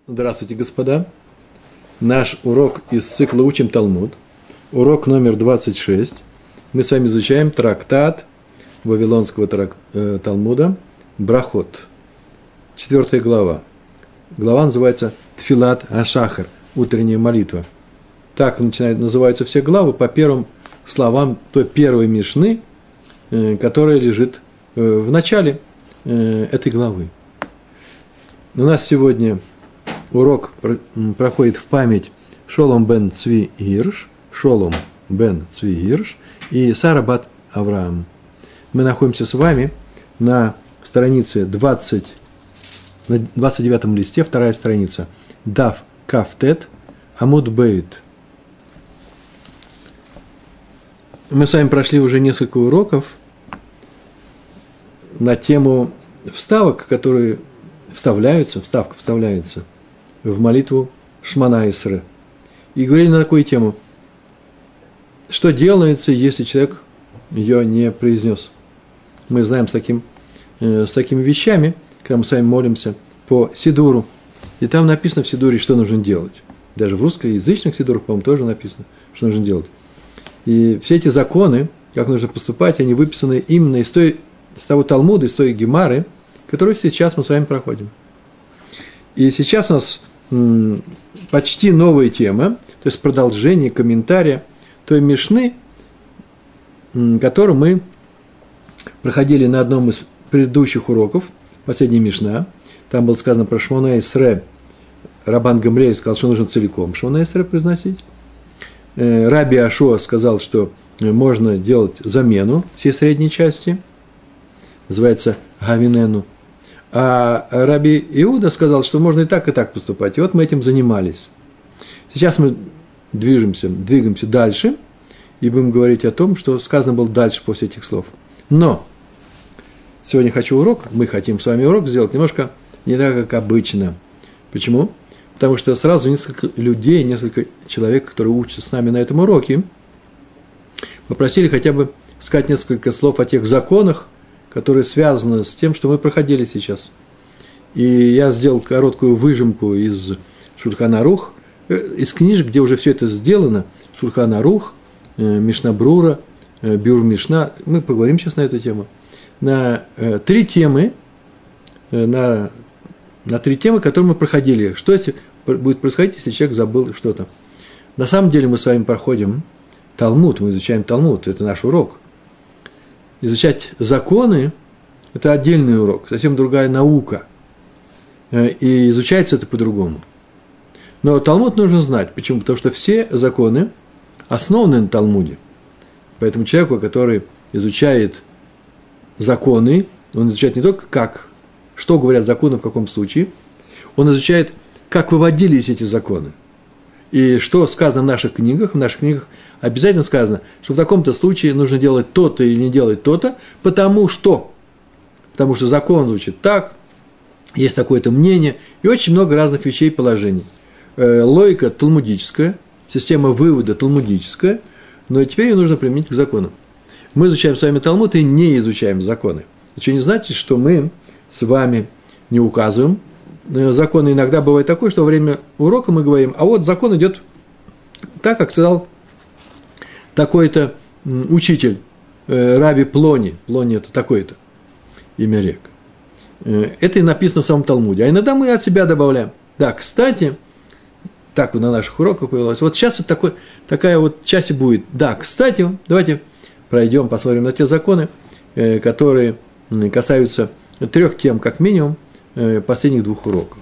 Здравствуйте, господа. Наш урок из цикла «Учим Талмуд». Урок номер 26. Мы с вами изучаем трактат Вавилонского Талмуда Брахот. 4 глава. Глава называется Тфилат Ашахар, утренняя молитва. Так называются все главы по первым словам той первой мишны, которая лежит в начале этой главы. У нас сегодня урок проходит в память Шолом бен Цви Гирш и Сара бат Авраам. Мы находимся с вами на странице 20, на 29-м листе, вторая страница, Дав Кафтет Амуд Бейт. Мы с вами прошли уже несколько уроков на тему вставок, которые вставка вставляется в молитву Шмона Исре. И говорили на такую тему, что делается, если человек ее не произнес. Мы знаем с такими вещами, когда мы с вами молимся по Сидуру. И там написано в Сидуре, что нужно делать. Даже в русскоязычных Сидурах, по-моему, тоже написано, что нужно делать. И все эти законы, как нужно поступать, они выписаны именно из того Талмуда, из той Гемары, которую сейчас мы с вами проходим. И сейчас у нас почти новая тема, то есть продолжение комментария той мишны, которую мы проходили на одном из предыдущих уроков, последняя мишна. Там было сказано про Шмона Исре. Рабан Гамлиэль сказал, что нужно целиком Шмона Исре произносить. Раби Ашуа сказал, что можно делать замену всей средней части, называется Гавинену. А Раби Иуда сказал, что можно и так поступать. И вот мы этим занимались. Сейчас мы двигаемся дальше и будем говорить о том, что сказано было дальше после этих слов. Но сегодня мы хотим с вами урок сделать немножко не так, как обычно. Почему? Потому что сразу несколько человек, которые учатся с нами на этом уроке, попросили хотя бы сказать несколько слов о тех законах, которые связаны с тем, что мы проходили сейчас. И я сделал короткую выжимку из Шульхан Арух, из книжек, где уже все это сделано, Шульхан Арух, Мишна Брура, Бюр Мишна. Мы поговорим сейчас на эту тему. На три темы, которые мы проходили. Что если будет происходить, если человек забыл что-то? На самом деле мы с вами проходим Талмуд, мы изучаем Талмуд, это наш урок. Изучать законы – это отдельный урок, совсем другая наука. И изучается это по-другому. Но Талмуд нужно знать. Почему? Потому что все законы основаны на Талмуде. Поэтому человеку, который изучает законы, он изучает не только что говорят законы в каком случае, он изучает, как выводились эти законы. И что сказано в наших книгах. В наших книгах обязательно сказано, что в таком-то случае нужно делать то-то или не делать то-то, потому что закон звучит так, есть такое-то мнение, и очень много разных вещей и положений. Логика талмудическая, система вывода талмудическая, но теперь ее нужно применить к законам. Мы изучаем с вами Талмуд и не изучаем законы. Это что не значит, что мы с вами не указываем законы. Иногда бывает такое, что во время урока мы говорим, а вот закон идет так, как сказал такой-то учитель, Раби Плони. Плони – это такое-то имя рек. Это и написано в самом Талмуде. А иногда мы от себя добавляем. Да, кстати, так на наших уроках появилось. Вот сейчас это такая вот часть и будет. Да, кстати, давайте пройдем, посмотрим на те законы, которые касаются 3 тем, как минимум, последних 2 уроков.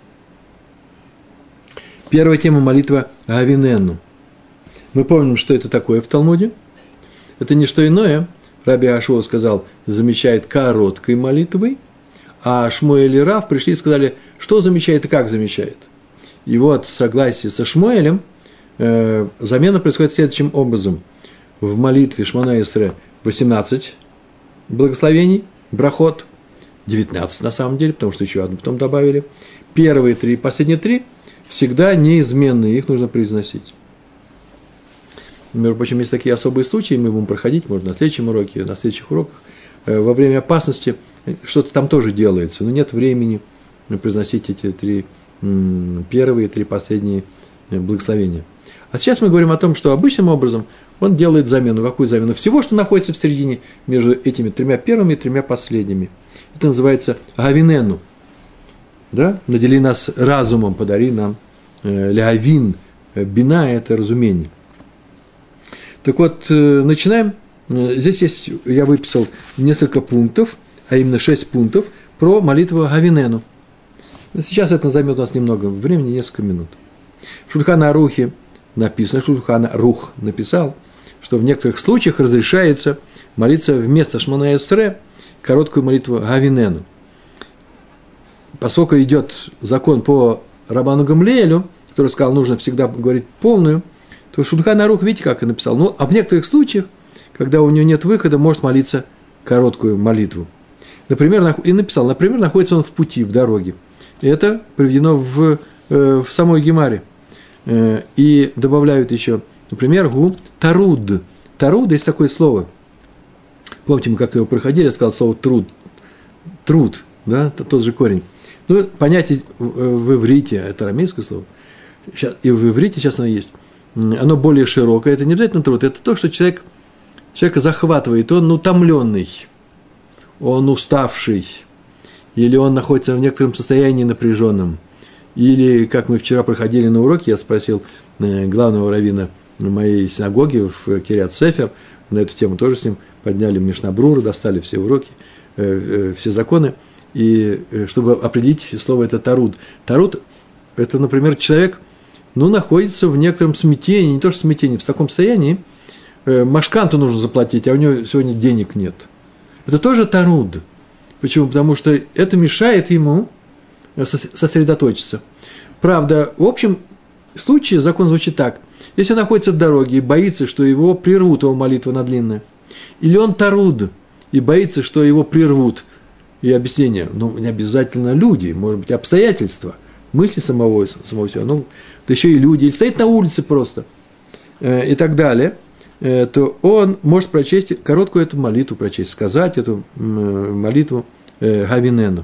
Первая тема – молитва Гавинену. Мы помним, что это такое в Талмуде. Это не что иное. Раби Ашуа сказал, замечает короткой молитвой, а Шмуэль и Рав пришли и сказали, что замечает и как замечает. И вот в согласии со Шмуэлем замена происходит следующим образом. В молитве Шмона Исре 18 благословений, брахот, 19 на самом деле, потому что еще одну потом добавили. Первые 3, последние 3 всегда неизменные, их нужно произносить. Между прочим, есть такие особые случаи, мы будем проходить, может, на следующем уроке, на следующих уроках. Во время опасности что-то там тоже делается, но нет времени произносить эти 3 первые 3 последние благословения. А сейчас мы говорим о том, что обычным образом он делает замену. Какую замену? Всего, что находится в середине между этими 3 первыми и 3 последними. Это называется гавинену. Да? Надели нас разумом, подари нам леавин. Бина – это разумение. Так вот, начинаем. Здесь есть, я выписал несколько пунктов, а именно 6 пунктов про молитву гавинену. Сейчас это займет у нас немного времени, несколько минут. В Шульхан Арухе написано, Шульхан Арух написал, что в некоторых случаях разрешается молиться вместо Шмона Эсре короткую молитву гавинену. Поскольку идет закон по Рабану Гамлиэлю, который сказал, нужно всегда говорить полную, то Шульхан Арух, видите, как и написал. Ну, а в некоторых случаях, когда у него нет выхода, может молиться короткую молитву. Например, и написал, например, находится он в пути, в дороге. И это приведено в самой Гемаре. И добавляют еще, например, таруд. Таруд, есть такое слово. Помните, мы как-то его проходили, я сказал слово труд. Труд, да, тот же корень. Ну, понятие в иврите, это арамейское слово, и в иврите сейчас оно есть. Оно более широкое, это не обязательно труд, это то, что человека захватывает, он утомленный, он уставший, или он находится в некотором состоянии напряженном, или, как мы вчера проходили на уроке, я спросил главного раввина моей синагоги в Кирьят-Сефер, на эту тему тоже с ним подняли Мишна Брура, достали все уроки, все законы, и чтобы определить слово это таруд. Таруд – это, например, человек, находится в некотором смятении, не то что смятении, в таком состоянии, машканту нужно заплатить, а у него сегодня денег нет. Это тоже таруд. Почему? Потому что это мешает ему сосредоточиться. Правда, в общем случае закон звучит так. Если он находится в дороге и боится, что его прервут, его молитва на длинная, или он таруд и боится, что его прервут, и объяснение, не обязательно люди, может быть, обстоятельства, мысли самого себя, да еще и люди, или стоит на улице просто, и так далее, то он может прочесть короткую эту молитву, сказать эту молитву гавинену.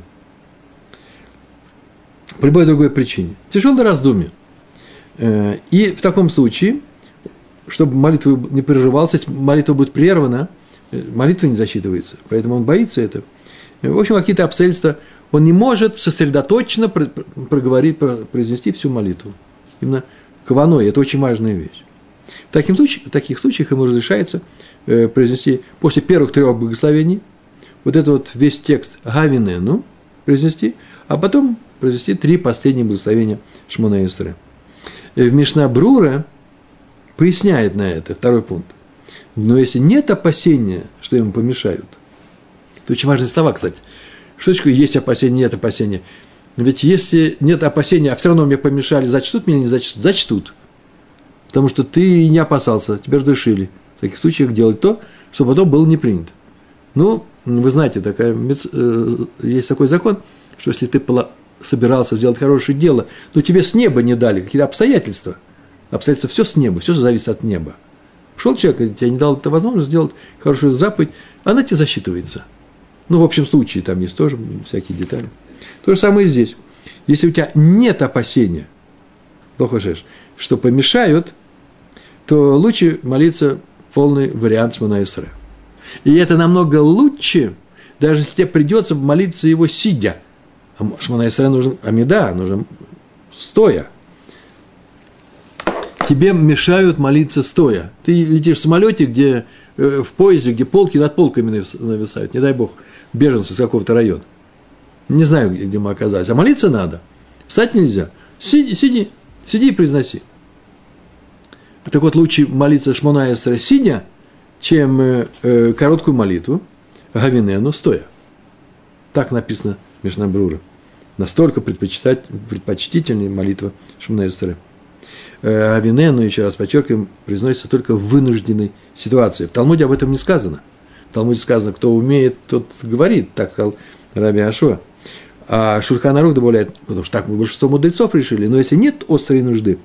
По любой другой причине. Тяжелое раздумье. И в таком случае, чтобы молитва не прерывалась, если молитва будет прервана, молитва не засчитывается. Поэтому он боится этого. В общем, какие-то обстоятельства, он не может сосредоточенно произнести всю молитву. Именно каваной, это очень важная вещь. В таких случаях ему разрешается произнести после первых 3 благословений вот этот весь текст гавинену произнести, а потом произнести 3 последние благословения Шмона Эсре. В Мишна Брура поясняет на это, 2 пункт. Но если нет опасения, что ему помешают, это очень важные слова, кстати. Что такое есть опасения, нет опасения? Ведь если нет опасения, а все равно мне помешали, зачтут меня, не зачтут? Зачтут. Потому что ты не опасался, тебя разрешили. В таких случаях делать то, что потом было не принято. Вы знаете, есть такой закон, что если ты собирался сделать хорошее дело, но тебе с неба не дали какие-то обстоятельства. Обстоятельства все с неба, все зависит от неба. Пришел человек, тебе не дал это возможность сделать хорошую заповедь, она тебе засчитывается. В общем случае, там есть тоже всякие детали. То же самое и здесь. Если у тебя нет опасения, что помешают, то лучше молиться полный вариант Шмона Эсре. И это намного лучше, даже если тебе придется молиться его сидя. А Шмона Эсре нужен амида, нужен стоя. Тебе мешают молиться стоя. Ты летишь в самолете, в поезде, где полки над полками нависают, не дай бог, беженцы из какого-то района. Не знаю, где мы оказались. А молиться надо. Встать нельзя. Сиди и произноси. Так вот, лучше молиться Шмона Эсре сидя, чем короткую молитву гавинену стоя. Так написано в Мишна Брура. Настолько предпочтительнее молитва Шмона Эсре. Гавинену, еще раз подчеркиваем, произносится только в вынужденной ситуации. В Талмуде об этом не сказано. В Талмуде сказано, кто умеет, тот говорит, так сказал Раби Ашуа. А Шульхан Арух добавляет, потому что так большинство мудрецов решили, но если нет острой нужды,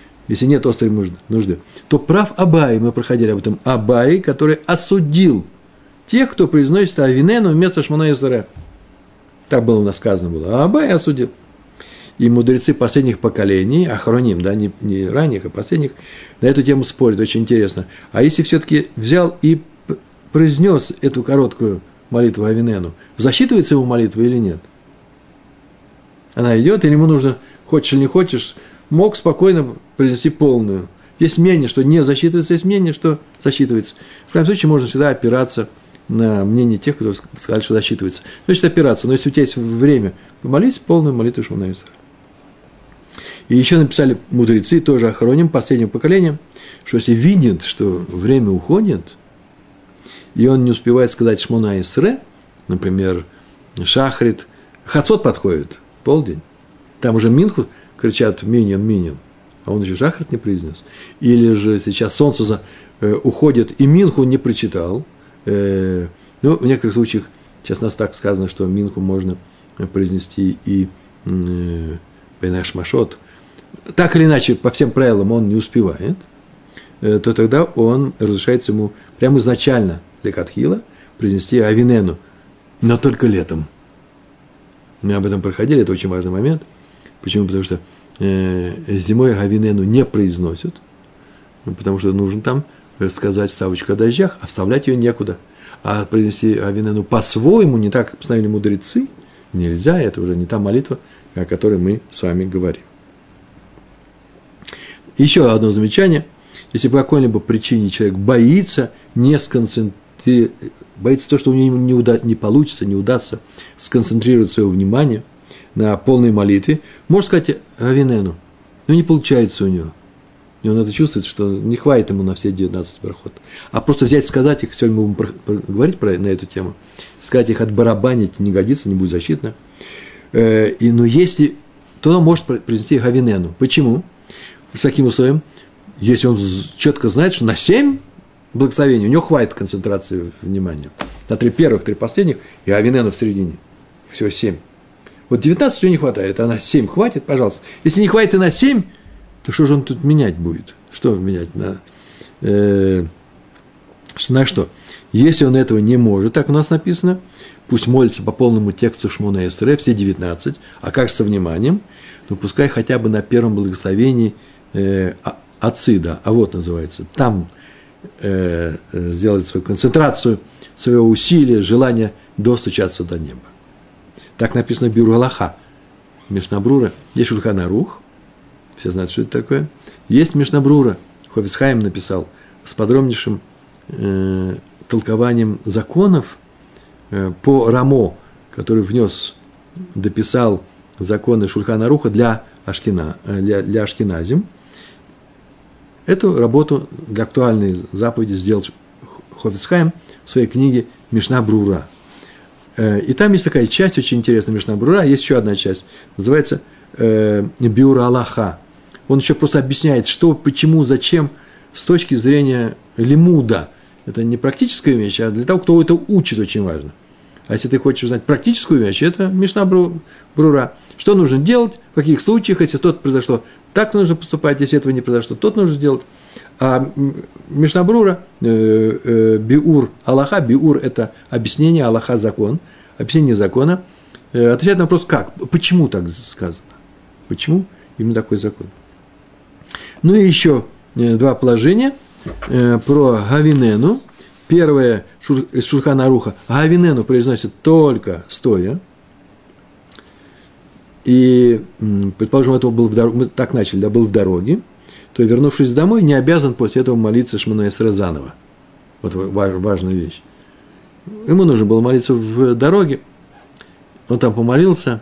то прав Абай, мы проходили об этом, Абай, который осудил тех, кто произносит гавинену вместо Шмона Эсре. Так было у нас сказано было. А Абай осудил. И мудрецы последних поколений, ахроним, да, не ранних, а последних, на эту тему спорят, очень интересно. А если все-таки взял и произнес эту короткую молитву Авинену, засчитывается его молитва или нет? Она идет, или ему нужно, хочешь или не хочешь, мог спокойно произнести полную. Есть мнение, что не засчитывается, есть мнение, что засчитывается. В крайнем случае можно всегда опираться на мнение тех, которые сказали, что засчитывается. Значит, опираться. Но если у тебя есть время, помолись полную молитву Шмона Исрей. И еще написали мудрецы, тоже охроним последнего поколения, что если видит, что время уходит, и он не успевает сказать Шмона Исрей, например, Шахрит, Хацот подходит, полдень, там уже Минху кричат «Миньян», а он еще Шахрит не произнес. Или же сейчас солнце уходит, и Минху не прочитал. В некоторых случаях, сейчас у нас так сказано, что Минху можно произнести и Бейнаш Машот. Так или иначе, по всем правилам он не успевает, то тогда он разрешается ему прямо изначально лекатхила произнести Авинену, но только летом. Мы об этом проходили, это очень важный момент. Почему? Потому что зимой Авинену не произносят, потому что нужно там сказать вставочку о дождях, а вставлять ее некуда. А произнести Авинену по-своему, не так, как постановили мудрецы, нельзя, это уже не та молитва, о которой мы с вами говорим. Еще одно замечание. Если по какой-либо причине человек боится боится то, что у него не получится, не удастся сконцентрировать свое внимание на полной молитве, может сказать Авинену, но не получается у него. И он это чувствует, что не хватит ему на все 19 брахот. А просто взять и сказать их, сегодня мы будем говорить на эту тему, сказать их отбарабанить не годится, не будет защитно. Но если, то он может произнести их Авинену. Почему? С каким условием? Если он четко знает, что на 7 благословений у него хватит концентрации внимания. На 3 первых, 3 последних и Авинену в середине. Всего 7. Вот 19 у него не хватает, а на 7 хватит, пожалуйста. Если не хватит и на 7, то что же он тут менять будет? Что менять? На что? Если он этого не может, так у нас написано, пусть молится по полному тексту Шмона Исрей, все 19, а как со вниманием, то пускай хотя бы на первом благословении Ацида, а вот называется, там сделать свою концентрацию, свое усилие, желание достучаться до неба. Так написано Биур Галаха, Мишна Брура, есть Шульхан Арух, все знают, что это такое. Есть Мишна Брура, Хафец Хаим написал, с подробнейшим толкованием законов по Рамо, который дописал законы Шульхан Аруха для Ашкеназим. Эту работу для актуальной заповеди сделал Хафец Хаим в своей книге Мишна Брура. И там есть такая часть, очень интересная, Мишна Брура, есть еще одна часть, называется Биур Аллаха. Он еще просто объясняет, что, почему, зачем, с точки зрения лимуда. Это не практическая вещь, а для того, кто это учит, очень важно. А если ты хочешь знать практическую вещь, это Мишна Брура. Что нужно делать, в каких случаях, если то произошло, так нужно поступать, если этого не произошло, то нужно сделать. А Мишна Брура, Биур Аллаха, Биур – это объяснение, Аллаха – закон, объяснение закона. Отвечает на вопрос, как, почему так сказано, почему именно такой закон. Ну и еще 2 положения про Авинену. Первое из Шульхана Аруха. Авинену произносит только стоя. И, предположим, это был мы так начали, да, был в дороге, то, вернувшись домой, не обязан после этого молиться Шмона Исрей заново. Вот важная вещь. Ему нужно было молиться в дороге. Он там помолился.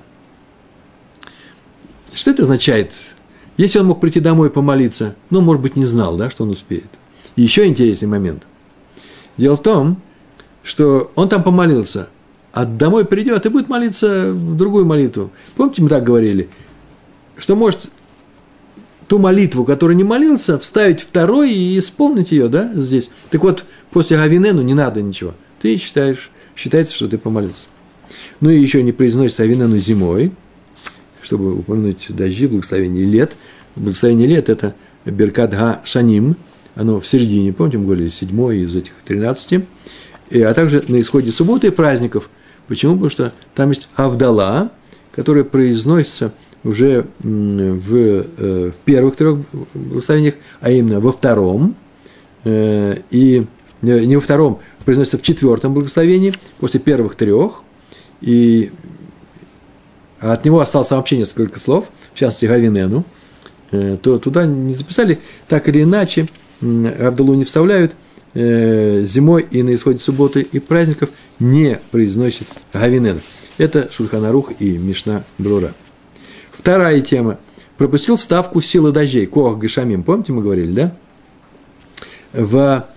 Что это означает? Если он мог прийти домой и помолиться, может быть, не знал, да, что он успеет. И еще интересный момент. Дело в том, что он там помолился, а домой придет и будет молиться в другую молитву. Помните, мы так говорили, что может ту молитву, которую не молился, вставить второй и исполнить ее, да, здесь. Так вот, после Авинену не надо ничего. Ты считается, что ты помолился. Ну и еще не произносится Авинену зимой, чтобы упомянуть дожди, благословение лет. Благословение лет – это Беркат Га-Шаним, оно в середине, помните, мы говорили, 7 из этих 13, а также на исходе субботы и праздников. Почему? Потому что там есть Авдала, которые произносятся уже в первых 3 благословениях, а именно во втором, и не во втором, произносится в 4 благословении, после первых 3, и от него осталось вообще несколько слов, в частности, Гавинену, то туда не записали, так или иначе, Авдалу не вставляют, зимой и на исходе субботы и праздников не произносит Гавинену. Это Шульхан Арух и Мишна Брура. Вторая тема. Пропустил вставку сила дождей. Коах Гешамим. Помните, мы говорили, да?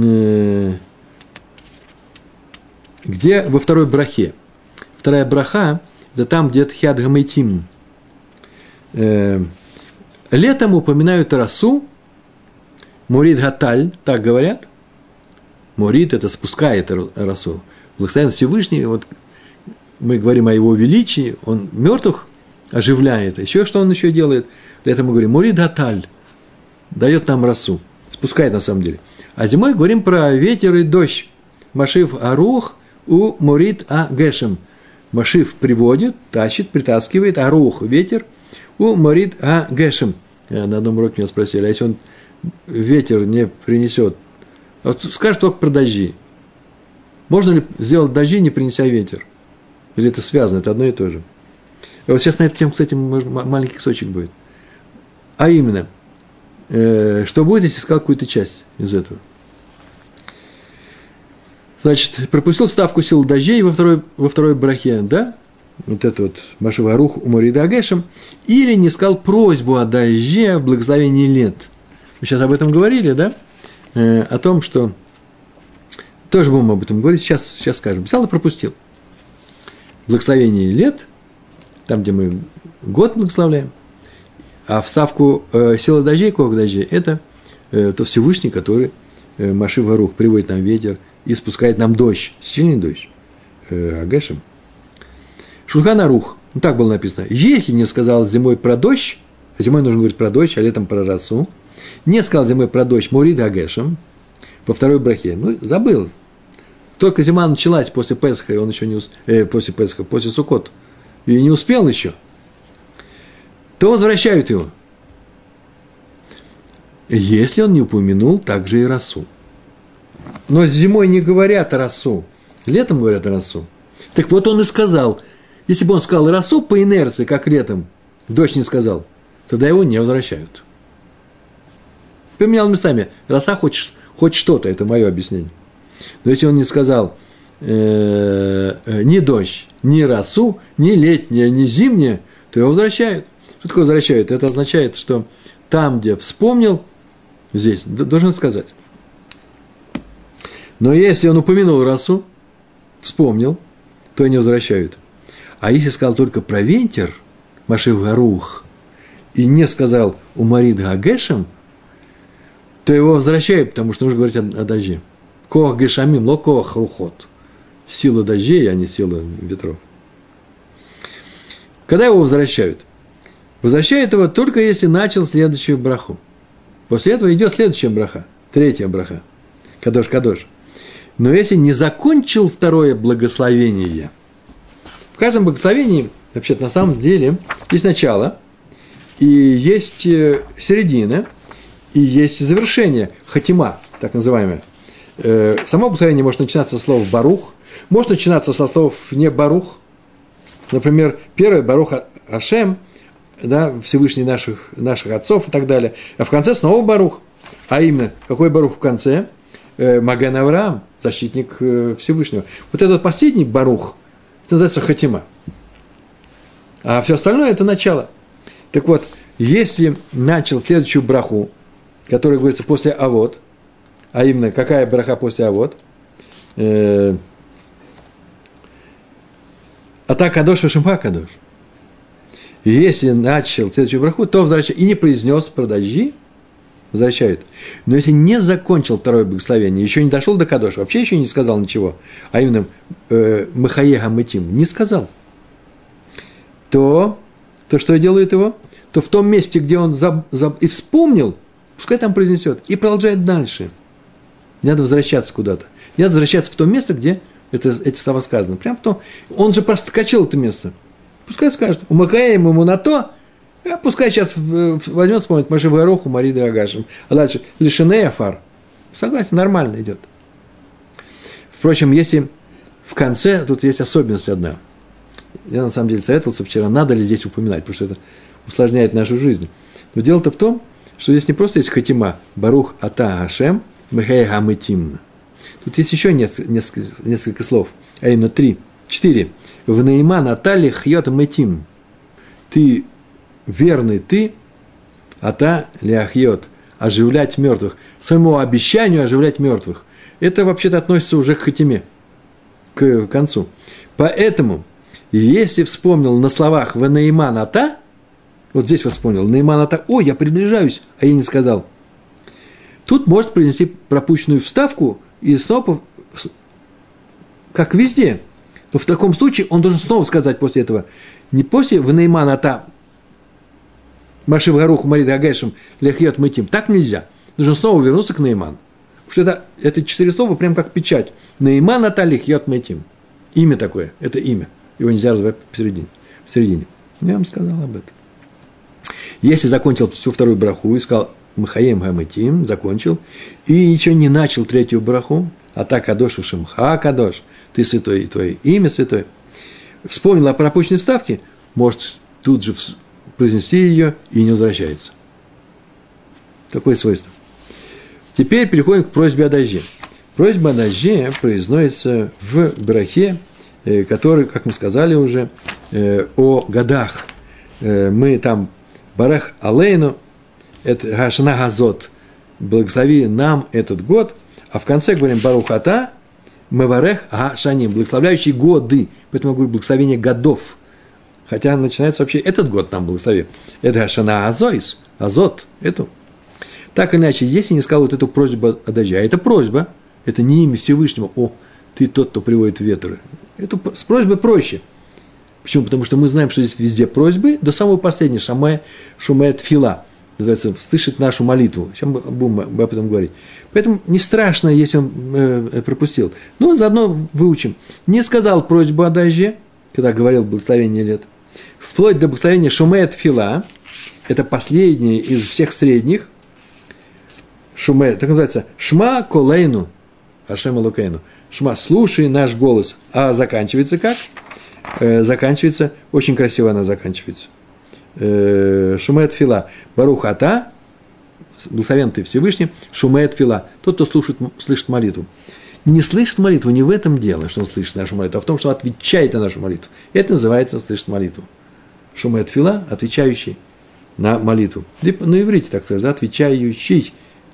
Где во второй брахе? Вторая браха – это там, где Тхиат Гамейтим. Летом упоминают росу, Мурид Гаталь, так говорят. Мурид – это спускает росу. Благословен Всевышний, вот мы говорим о его величии, он мертвых оживляет. Еще что он еще делает? Летом мы говорим Мурид Гаталь, дает нам росу, спускает на самом деле. А зимой говорим про ветер и дождь. Машив Арух у Мурид Агешем. Машив приводит, тащит, притаскивает, Арух – ветер, у Мурид Агешем. На одном уроке меня спросили, а если он ветер не принесет, вот скажет только про дожди. Можно ли сделать дожди, не принеся ветер? Или это связано, это одно и то же? И вот сейчас на эту тему, кстати, маленький кусочек будет. А именно, что будет, если сказал какую-то часть из этого? Значит, пропустил вставку силу дождей во второй брахе, да? Вот это вот Машив Арух у Мурида Агешем. Или не сказал просьбу о дожде в благословении лет. Мы сейчас об этом говорили, да? О том, что... Тоже будем об этом говорить, сейчас скажем. Взял и пропустил. Благословение лет, там, где мы год благословляем, а вставку сила дождей, коах дождей, это то Всевышний, который Машив Арух приводит нам ветер и спускает нам дождь, сильный дождь, Агешем. Шульхан Арух, так было написано, если не сказал зимой про дождь, зимой нужно говорить про дождь, а летом про росу, не сказал зимой про дождь Мурид Агешем, во второй брахе, забыл. Только зима началась после Песха, и он еще не после Суккот, и не успел еще, то возвращают его. Если он не упомянул также и росу. Но зимой не говорят о росу, летом говорят о росу. Так вот он и сказал, если бы он сказал росу по инерции, как летом, дождь не сказал, тогда его не возвращают. Поменял местами, роса хоть что-то, это мое объяснение. Но если он не сказал ни дождь, ни росу, ни летнее, ни зимнее, то его возвращают. Что такое возвращают? Это означает, что там, где вспомнил, здесь должен сказать. Но если он упомянул росу, вспомнил, то не возвращают. А если сказал только про ветер, Машив Арух, и не сказал у Мурид Агешем, то его возвращают, потому что нужно говорить о дожде. Коах Гешамим, ло коах рухот. Сила дождей, а не сила ветров. Когда его возвращают? Возвращают его только если начал следующую браху. После этого идет следующая браха, 3 браха. Кадош. Но если не закончил второе благословение, в каждом благословении, вообще-то на самом деле, есть начало, и есть середина, и есть завершение, хатима, так называемое. Само благословение может начинаться со слов «барух», может начинаться со слов не «барух». Например, первое «барух Ашем», да, Всевышний наших отцов и так далее. А в конце снова «барух». А именно, какой «барух» в конце? Маген Авраам, защитник Всевышнего. Вот этот последний «барух», это называется хатима. А все остальное – это начало. Так вот, если начал следующую браху, которая говорится после «авот», а именно, какая браха после «авот», «ата кадош вешемха кадош». И если начал следующую браху, то возвращает. И не произнес про дожди, возвращают. Но если не закончил второе благословение, еще не дошел до кадоша, вообще еще не сказал ничего, а именно «махае гамытим», не сказал, то что делает его? То в том месте, где он и вспомнил, пускай там произнесет, и продолжает дальше. Не надо возвращаться куда-то. Не надо возвращаться в то место, где эти слова сказаны. Прямо в том. Он же проскочил это место. Пускай скажет, умыкаем ему на то, пускай сейчас возьмет, вспомнит Моше Вароху, Марида Агашем. А дальше Лишиней Афар. Согласен, нормально идет. Впрочем, если в конце, тут есть особенность одна. Я на самом деле советовался вчера, надо ли здесь упоминать, потому что это усложняет нашу жизнь. Но дело-то в том, что здесь не просто есть хатима, Барух Ата Хашем, Мехей Хамитим. Тут есть еще несколько слов, а именно 4. В Нейма Натали Хьот Метим. Ты верный ты, Ата Ляхьот, оживлять мертвых. Своему обещанию оживлять мертвых. Это вообще-то относится уже к хатиме, к концу. Поэтому, если вспомнил на словах в Нейма Ната, вот здесь вот вспомнил, Нейма Ната, я приближаюсь, а я не сказал. Тут может принести пропущенную вставку и снова, как везде. Но в таком случае он должен снова сказать после этого, не после «Венейман ата Маши Варуху Марида Агайшем Лехьет Мытим». Так нельзя. Нужно снова вернуться к Нейман. Потому что это 4 слова прям как печать. Нейман ата Лехьет Мытим. Имя такое, это имя. Его нельзя развивать в середине. Я вам сказал об этом. Если закончил всю вторую браху и сказал Махаем Хамытим, закончил, и еще не начал третью браху, Ата Кадош Шимха Кадош, ты святой, и твое имя святое, вспомнил о пропущенной вставке, может тут же произнести ее и не возвращается. Такое свойство. Теперь переходим к просьбе о дожде. Просьба о дожде произносится в брахе, который, как мы сказали уже, о годах. Мы там Барах Алейну, это Гашна Газот, благослови нам этот год, а в конце говорим Барух Ата, Меварех Гашаним, благословляющий годы, поэтому я говорю благословение годов, хотя начинается вообще этот год нам благослови, это Гашана Азойс, Азот, эту. Так или иначе, если не сказал вот эту просьбу о дожде, а это просьба, это не имя Всевышнего, ты тот, кто приводит ветры, это с просьбой проще. Почему? Потому что мы знаем, что здесь везде просьбы, до самого последнего, Шумэ Тфила, называется, слышит нашу молитву. Сейчас мы будем об этом говорить. Поэтому не страшно, если он пропустил. Но заодно выучим. Не сказал просьбу о дожде, когда говорил благословение лет, вплоть до благословения Шумэ Тфила, это последнее из всех средних, Шумэ, так называется, Шма Колейну, Ашем Элокейну. Шма, слушай наш голос. А заканчивается как? Заканчивается, очень красиво она заканчивается. Шумэ Тфила. Барух Ата, благословен ты Всевышний, Шумэ Тфила. Тот, кто слышит молитву. Не слышит молитву, не в этом дело, что он слышит нашу молитву, а в том, что он отвечает на нашу молитву. Это называется слышит молитву. Шумэ Тфила, отвечающий на молитву. На иврите, так сказать, да, отвечающий.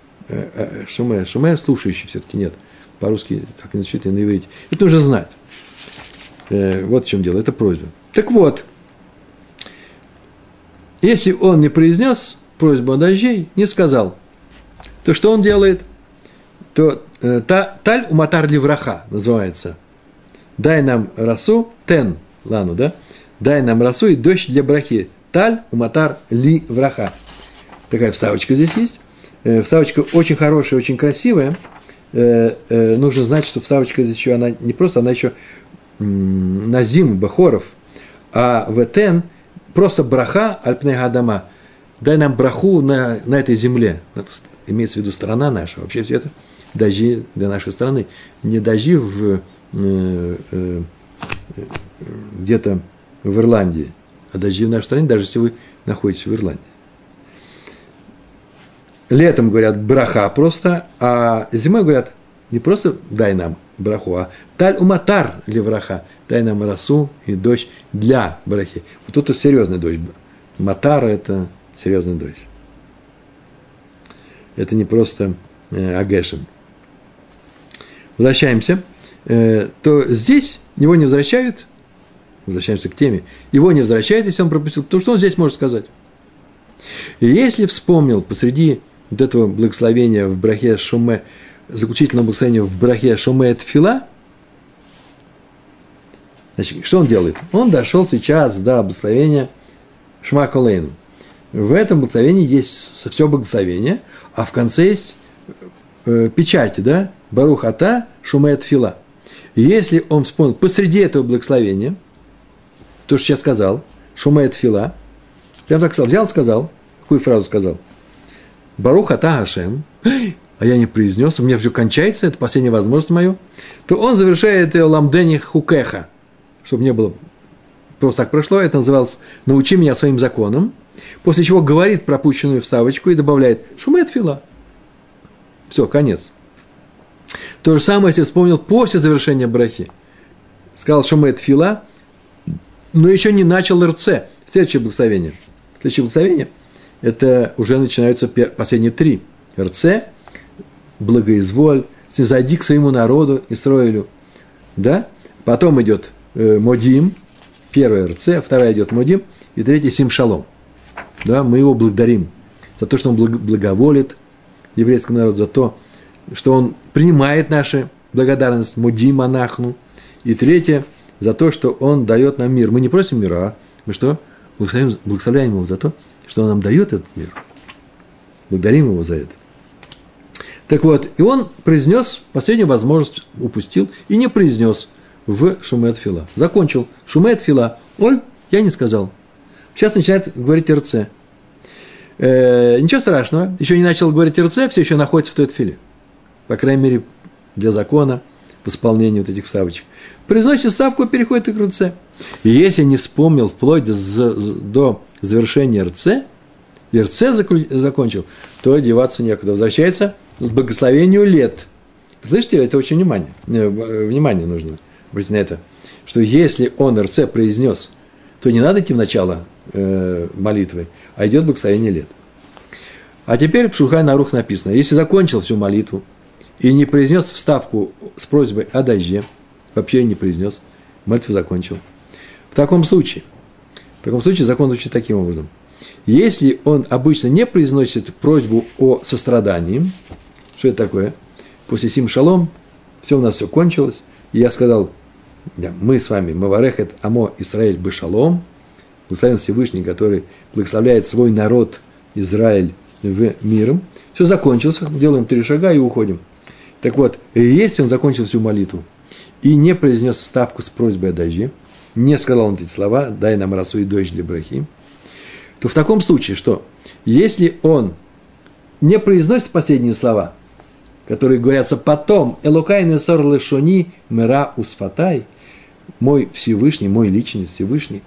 Шумэ, слушающий все-таки нет. По-русски так не звучит, и на иврите. Это нужно знать. Вот в чем дело, это просьба. Так вот, если он не произнес просьбу о дожде, не сказал, то что он делает? То таль уматар ливраха называется. Дай нам росу, тен, лану, да? Дай нам росу и дождь для брахи. Таль уматар ливраха. Такая вставочка здесь есть. Вставочка очень хорошая, очень красивая. Нужно знать, что вставочка здесь еще, она не просто, она еще назим бахоров, а ветен просто браха альпней гадама. Дай нам браху на этой земле. Имеется в виду страна наша. Вообще все это дожди для нашей страны. Не дожди где-то в Ирландии, а дожди в нашей стране, даже если вы находитесь в Ирландии. Летом говорят браха просто, а зимой говорят не просто дай нам браху, а таль уматар ливраха, дай нам росу и дождь для брахи. Вот тут серьезный дождь. Матар – это серьезный дождь. Это не просто агешем. Возвращаемся. То здесь его не возвращают, возвращаемся к теме, его не возвращают, если он пропустил, потому что он здесь может сказать. И если вспомнил посреди вот этого благословения в брахе Шумэ, заключительного благословения в брахе Шумэ Тфила, значит, что он делает? Он дошел сейчас до благословения Шма Колейну. В этом благословении есть все благословение, а в конце есть печати, да? Барух Ата Шумэ Тфила. Если он вспомнил посреди этого благословения, то, что сейчас сказал, Шумей Тфила, прям так сказал, взял, сказал, какую фразу сказал? Барух ата Ашем, а я не произнес, у меня все кончается, это последняя возможность моя, то он завершает ламдени хукеха, чтобы не было просто так прошло, это называлось «научи меня своим законам», после чего говорит пропущенную вставочку и добавляет «шумей тфила». Все, конец. То же самое, если вспомнил после завершения брахи. Сказал «шумей тфила», но еще не начал РЦ. Следующее благословение. Следующее благословение – это уже начинаются последние три. РЦ, благоизволь, снизойди к своему народу, Исроилю. Да? Потом идет Модим, первая РЦ, вторая идет Модим, и третья Сим Шалом. Да? Мы его благодарим за то, что он благоволит еврейскому народу, за то, что он принимает наши благодарность, Модим Анахну. И третье – за то, что он дает нам мир. Мы не просим мира, а мы что? Благословляем его за то, что он нам дает этот мир. Благодарим его за это. Так вот, и он произнес, последнюю возможность упустил, и не произнес в Шумей Тфила. Закончил. Шумей Тфила. Оль, я не сказал. Сейчас начинает говорить РЦ. Ничего страшного. Еще не начал говорить РЦ, все еще находится в той тфиле. По крайней мере, для закона, в исполнении вот этих вставочек. Произносит вставку, переходит к РЦ. И если не вспомнил вплоть до завершения РЦ, и РЦ закончил, то деваться некуда. Возвращается к благословению лет. Слышите, это очень внимание нужно обратить на это. Что если он РЦ произнес, то не надо идти в начало молитвы, а идет благословение лет. А теперь в Шульхан Арух написано, если закончил всю молитву и не произнес вставку с просьбой о дожде, вообще не произнес, молитву закончил. В таком случае закон звучит таким образом. Если он обычно не произносит просьбу о сострадании, что это такое? После Сим Шалом, все у нас все кончилось, и я сказал, мы с вами, Маварехет Амо Исраэль Бешалом, благословен Всевышний, который благословляет свой народ Израиль в миром, все закончилось, делаем 3 шага и уходим. Так вот, если он закончил всю молитву и не произнес вставку с просьбой о дожде, не сказал он эти слова, дай нам росу и дождь для брахи, то в таком случае, что если он не произносит последние слова, которые говорятся потом, Элокай несор лешони мера усфатай, мой Всевышний, мой личный Всевышний,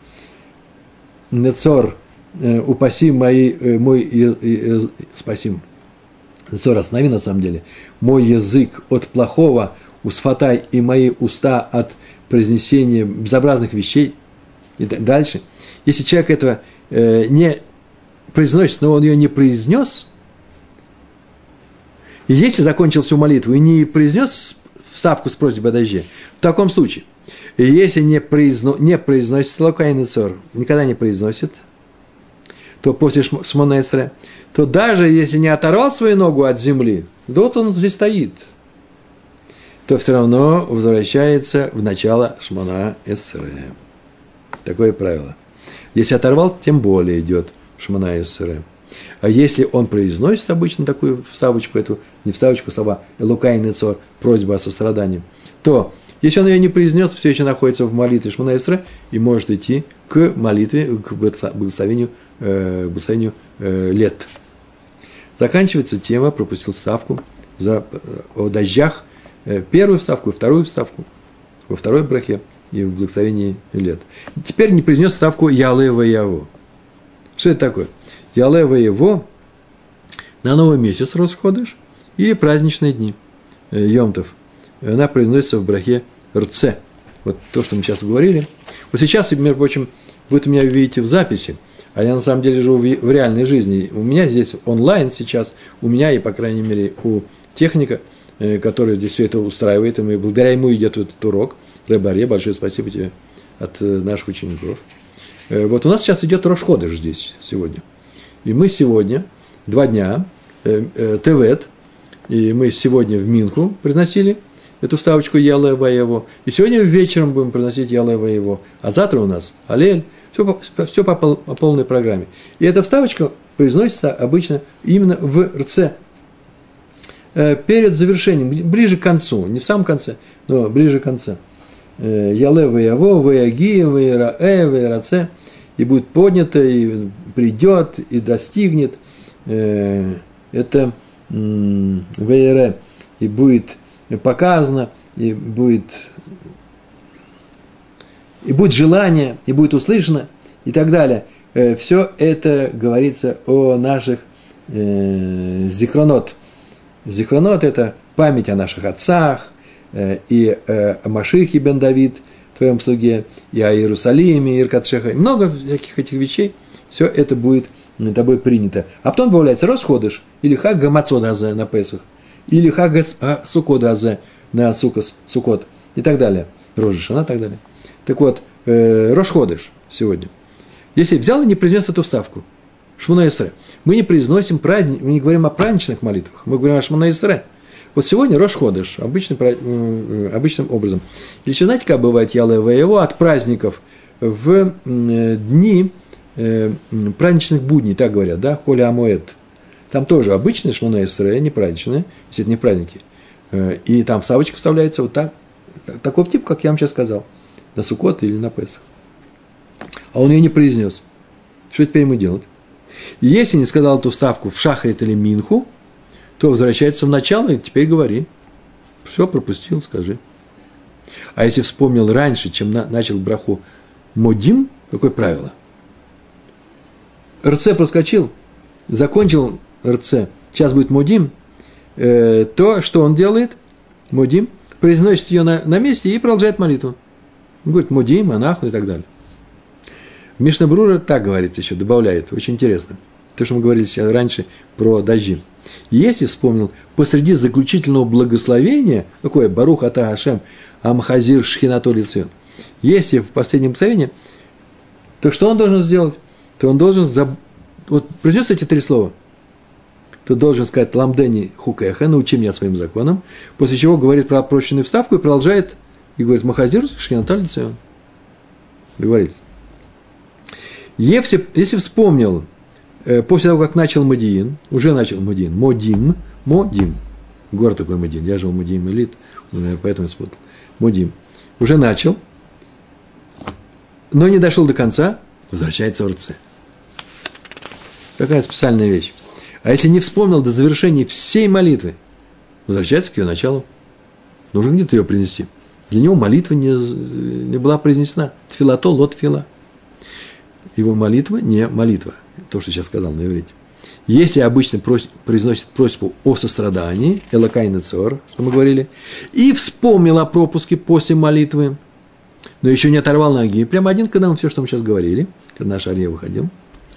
нецор, упаси спаси, нецор, останови на самом деле, мой язык от плохого, усфатай, и мои уста от произнесения безобразных вещей, и дальше. Если человек этого не произносит, но он ее не произнес, и если закончил всю молитву и не произнес вставку с просьбой о дожде, в таком случае, если не произносит Локай Нецор, никогда не произносит, то после Шмона Эсре, то даже если не оторвал свою ногу от земли, да вот он здесь стоит, то все равно возвращается в начало Шмона Эсре. Такое правило. Если оторвал, тем более идет Шмона Эсре. А если он произносит обычно такую вставочку, эту, не вставочку, слова Элокай Нецор, просьба о сострадании, то, если он ее не произнес, все еще находится в молитве Шмона Эсре и может идти к молитве, к благословению лет. Заканчивается тема, пропустил вставку о дождях, первую вставку и вторую вставку во второй брахе и в благословении лет. Теперь не произнес вставку Яле Ваяво. Что это такое? Яле Ваяво на новый месяц расходишь или праздничные дни Йомтов. Она произносится в брахе РЦ. Вот то, что мы сейчас говорили. Вот сейчас, между прочим, вы это меня видите в записи, а я на самом деле живу в реальной жизни. У меня здесь онлайн сейчас, у меня и, по крайней мере, у техника, который здесь все это устраивает, и благодаря ему идет этот урок. Рэб-Арье, большое спасибо тебе от наших учеников. Вот у нас сейчас идет Рош Ходеш здесь сегодня. И мы сегодня, 2 дня, Тевет, и мы сегодня в Минху произносили эту вставочку Яле Ваяво, и сегодня вечером будем произносить Яле Ваяво, а завтра у нас Алель, все по полной программе. И эта вставочка произносится обычно именно в РЦ, перед завершением, ближе к концу, не в самом конце, но ближе к концу. яле веяво, веяги, веяраэ, веяраце, и будет поднято, и придет, и достигнет. Это веяре, и будет показано, и будет желание, и будет услышано, и так далее. Все это говорится о наших зихронот. Зихронот – это память о наших отцах, и о Машихе бен Давид, твоем слуге, и о Иерусалиме, Иркат-Шеха, много всяких этих вещей, все это будет тобой принято. А потом добавляется Рош Ходеш, или Хаг Гамацот Азе на Песах, или Хаг Сукот Азе на Сукот, и так далее. Рош Шана и так далее. Так вот, Рош Ходеш сегодня. Если взял и не произнес эту вставку, Шмона Эсре, мы не произносим праздник, мы не говорим о праздничных молитвах, мы говорим о Шмона Эсре. Вот сегодня Рош Ходеш, обычным образом. Или еще знаете, как бывает Яле Веяво от праздников в дни праздничных будней, так говорят, да, Холи Амоэд. Там тоже обычные Шмона Эсре, не праздничные, если это не праздники. И там вставочка вставляется вот так, такого типа, как я вам сейчас сказал, на Суккот или на Песах. А он ее не произнес. Что теперь ему делать? Если не сказал эту вставку в Шахрит или Минху, то возвращается в начало и теперь говори. Все, пропустил, скажи. А если вспомнил раньше, чем начал браху Модим, какое правило? РЦ проскочил, закончил РЦ, сейчас будет Модим, то, что он делает? Модим, произносит ее на месте и продолжает молитву. Он говорит Модим, Анаху и так далее. Мишна Брура так говорит еще, добавляет, очень интересно. То, что мы говорили сейчас раньше про дожди. Если вспомнил посреди заключительного благословения, какое Барух ата Хашем Амхазир Шхинато Лицен, если в последнем мгновении, то что он должен сделать? То он должен, вот произнес эти три слова, то должен сказать Ламдени Хукеха, научи меня своим законам, после чего говорит про опрощенную вставку и продолжает, и говорит Махазир Шхинато Лицен. Договорились. Если вспомнил, после того, как начал Модиин, уже начал Модиин, Модим, город такой Модиин, я жил в Модиим Элит, поэтому я спутал, Модим, уже начал, но не дошел до конца, возвращается в РЦ. Какая специальная вещь. А если не вспомнил до завершения всей молитвы, возвращается к ее началу, нужно где-то ее принести. Для него молитва не была произнесена. Тфилато лот фила. Его молитва не молитва. То, что сейчас сказал на иврите. Если обычно произносит просьбу о сострадании, элокай нецор, что мы говорили, и вспомнил о пропуске после молитвы, но еще не оторвал ноги, прямо один, когда он все, что мы сейчас говорили, когда наш Ария выходил,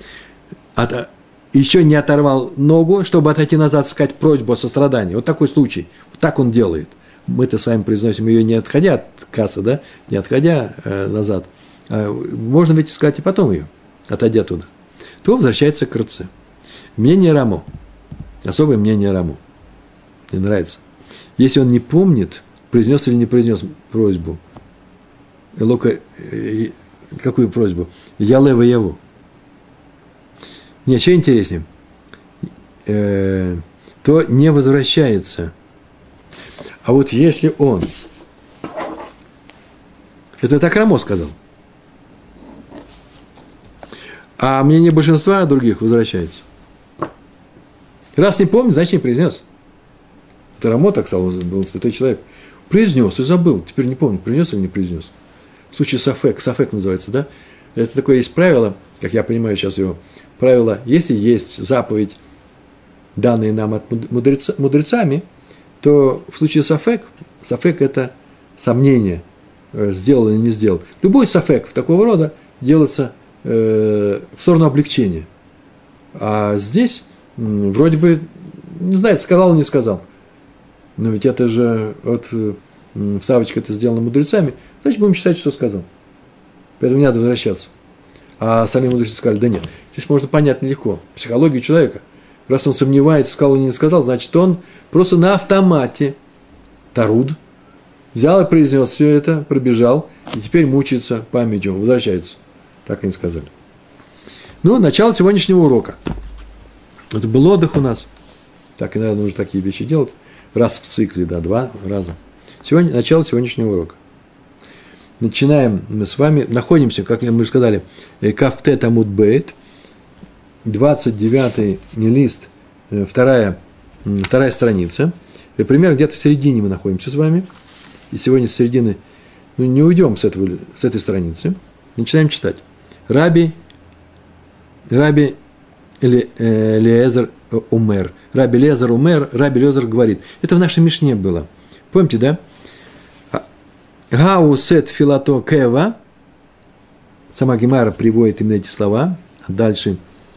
еще не оторвал ногу, чтобы отойти назад, сказать просьбу о сострадании. Вот такой случай. Вот так он делает. Мы-то с вами произносим ее не отходя от кассы, да, не отходя назад. Можно ведь сказать и потом ее, отойдя туда. То возвращается к РЦ. Мнение Рамо. Особое мнение Рамо. Мне нравится. Если он не помнит, произнес или не произнес просьбу, какую просьбу? Яле Веяво. Нет, еще интереснее. То не возвращается. А вот если он... Это так Рамо сказал. А мнение большинства других возвращается. Раз не помнит, значит не произнес. Это Рамо так сказал, он был святой человек. Произнес и забыл, теперь не помню, произнес или не произнес. В случае сафек называется, да? Это такое есть правило, как я понимаю сейчас его, правило, если есть заповедь, данные нам от мудрецами, то в случае сафек это сомнение, сделал или не сделал. Любой сафек такого рода делается в сторону облегчения. А здесь вроде бы, не знаю, сказал или не сказал. Но ведь это же вставочка это сделана мудрецами, значит, будем считать, что сказал. Поэтому не надо возвращаться. А сами мудрецы сказали, да нет, здесь можно понять нелегко. Психологию человека. Раз он сомневается, сказал или не сказал, значит, он просто на автомате, таруд, взял и произнес все это, пробежал, и теперь мучается памятью, возвращается. Так они сказали. Ну, начало сегодняшнего урока. Это был отдых у нас. Так иногда нужно такие вещи делать. Раз в цикле, да, 2 раза. Начало сегодняшнего урока. начинаем мы с вами, находимся, как мы уже сказали, Кафтет Амуд Бейт, 29-й лист, вторая страница. И примерно где-то в середине мы находимся с вами. И сегодня с середины не уйдем с этой страницы. Начинаем читать. Раби Элиэзер Умер. Раби Элиэзер Умер, Раби Элиэзер говорит. Это в нашей Мишне было. Помните, да? Гау сет филато кева. Сама Гемара приводит именно эти слова. А дальше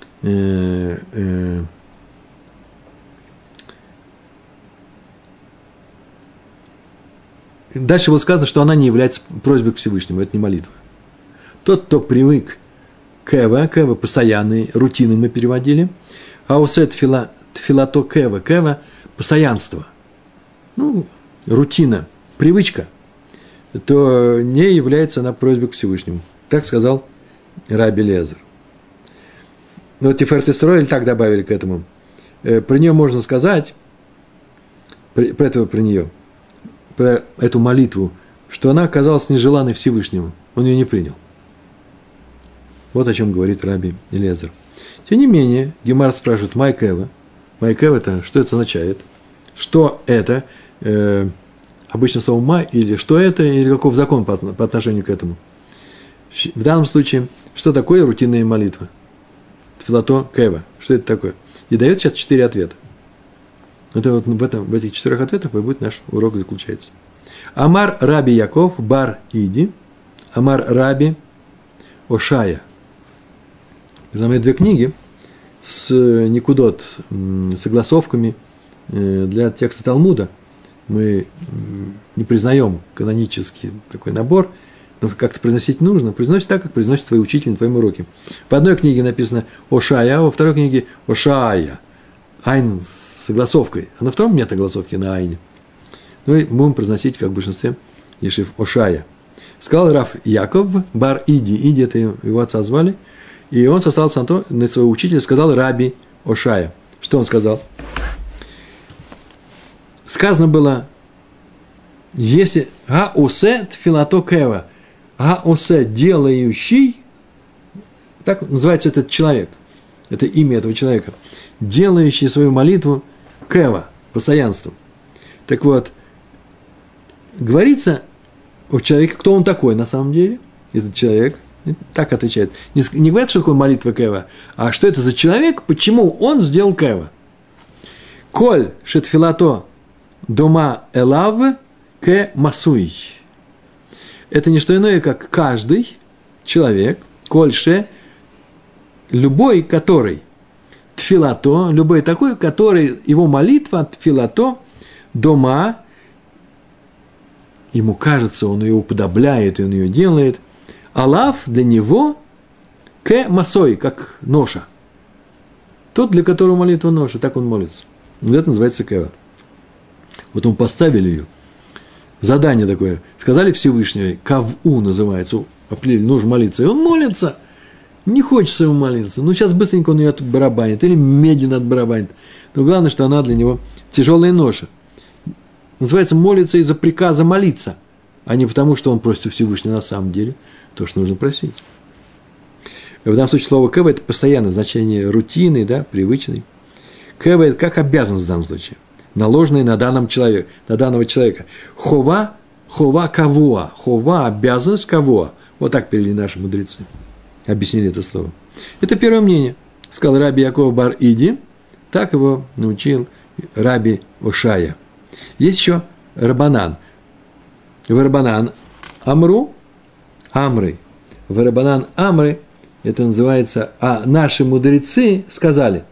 дальше было сказано, что она не является просьбой к Всевышнему. Это не молитва. Тот, кто привык кева, постоянный, рутины мы переводили. Аусет филато кева, постоянство. Рутина, привычка, то не является она просьбой к Всевышнему. Так сказал Раби Элиэзер. Вот Тиферет Исроэль так добавили к этому. Про нее можно сказать, про эту молитву, что она оказалась нежеланной Всевышнему. Он ее не принял. Вот о чем говорит Раби Элиэзер. Тем не менее, Гемара спрашивает, Майкева. Майкева это, что это означает? Что это? Обычно слово «ма» или что это, или каков закон по отношению к этому? В данном случае, что такое рутинная молитва? Тфилато кева. Что это такое? И дает сейчас 4 ответа. Это вот в этих 4 ответах и будет наш урок заключается. Амар Раби Яков бар Иди, Амар Раби Ошая. Там есть 2 книги с никудот, согласовками для текста Талмуда. Мы не признаем канонический такой набор, но как-то произносить нужно. Произносить так, как произносит твой учитель на твоем уроке. В одной книге написано Ошая, а во второй книге Ошая. Айн с согласовкой. А на втором нет огласовки на айне. Ну и будем произносить, как в большинстве ешив, Ошая. Сказал Рав Яков бар Иди. Иди, это его отца звали. И он сослался на своего учителя, сказал Раби Ошая. Что он сказал? Сказано было, если га-осе тфилато кева, га-осе делающий, так называется этот человек, это имя этого человека, делающий свою молитву кева, постоянством. Так вот, говорится о человеке, кто он такой на самом деле, этот человек, так отвечает. Не говорят, что такое молитва кева, а что это за человек, почему он сделал кева. Коль шетфилато дома элав ке масуй. Это не что иное, как каждый человек, кольше, любой, который тфилато, любой такой, который, его молитва тфилато, дома, ему кажется, он ее уподобляет, и он ее делает, алав для него ке масой, как ноша. Тот, для которого молитва ноша, так он молится. Вот это называется кева. Вот он поставили ее. Задание такое. Сказали Всевышнему, каву называется, определили, нужно молиться. И он молится. Не хочется ему молиться. Ну, сейчас быстренько он ее барабанит. Или медленно отбарабанит. Но главное, что она для него тяжелая ноша. Называется, молится из-за приказа молиться. А не потому, что он просит у Всевышнего на самом деле. То, что нужно просить. В данном случае слово кева – это постоянное значение рутины, да, привычный. Кева – это как обязанность в данном случае. Наложенные на данного человека. Хова кавуа. Хова – обязанность кавуа. Вот так перевели наши мудрецы. Объяснили это слово. Это первое мнение. Сказал Раби Яков бар Иди. Так его научил Раби Ошая. Есть еще Рабанан. Варабанан Амру. Амры. Варабанан Амры. Это называется, а наши мудрецы сказали.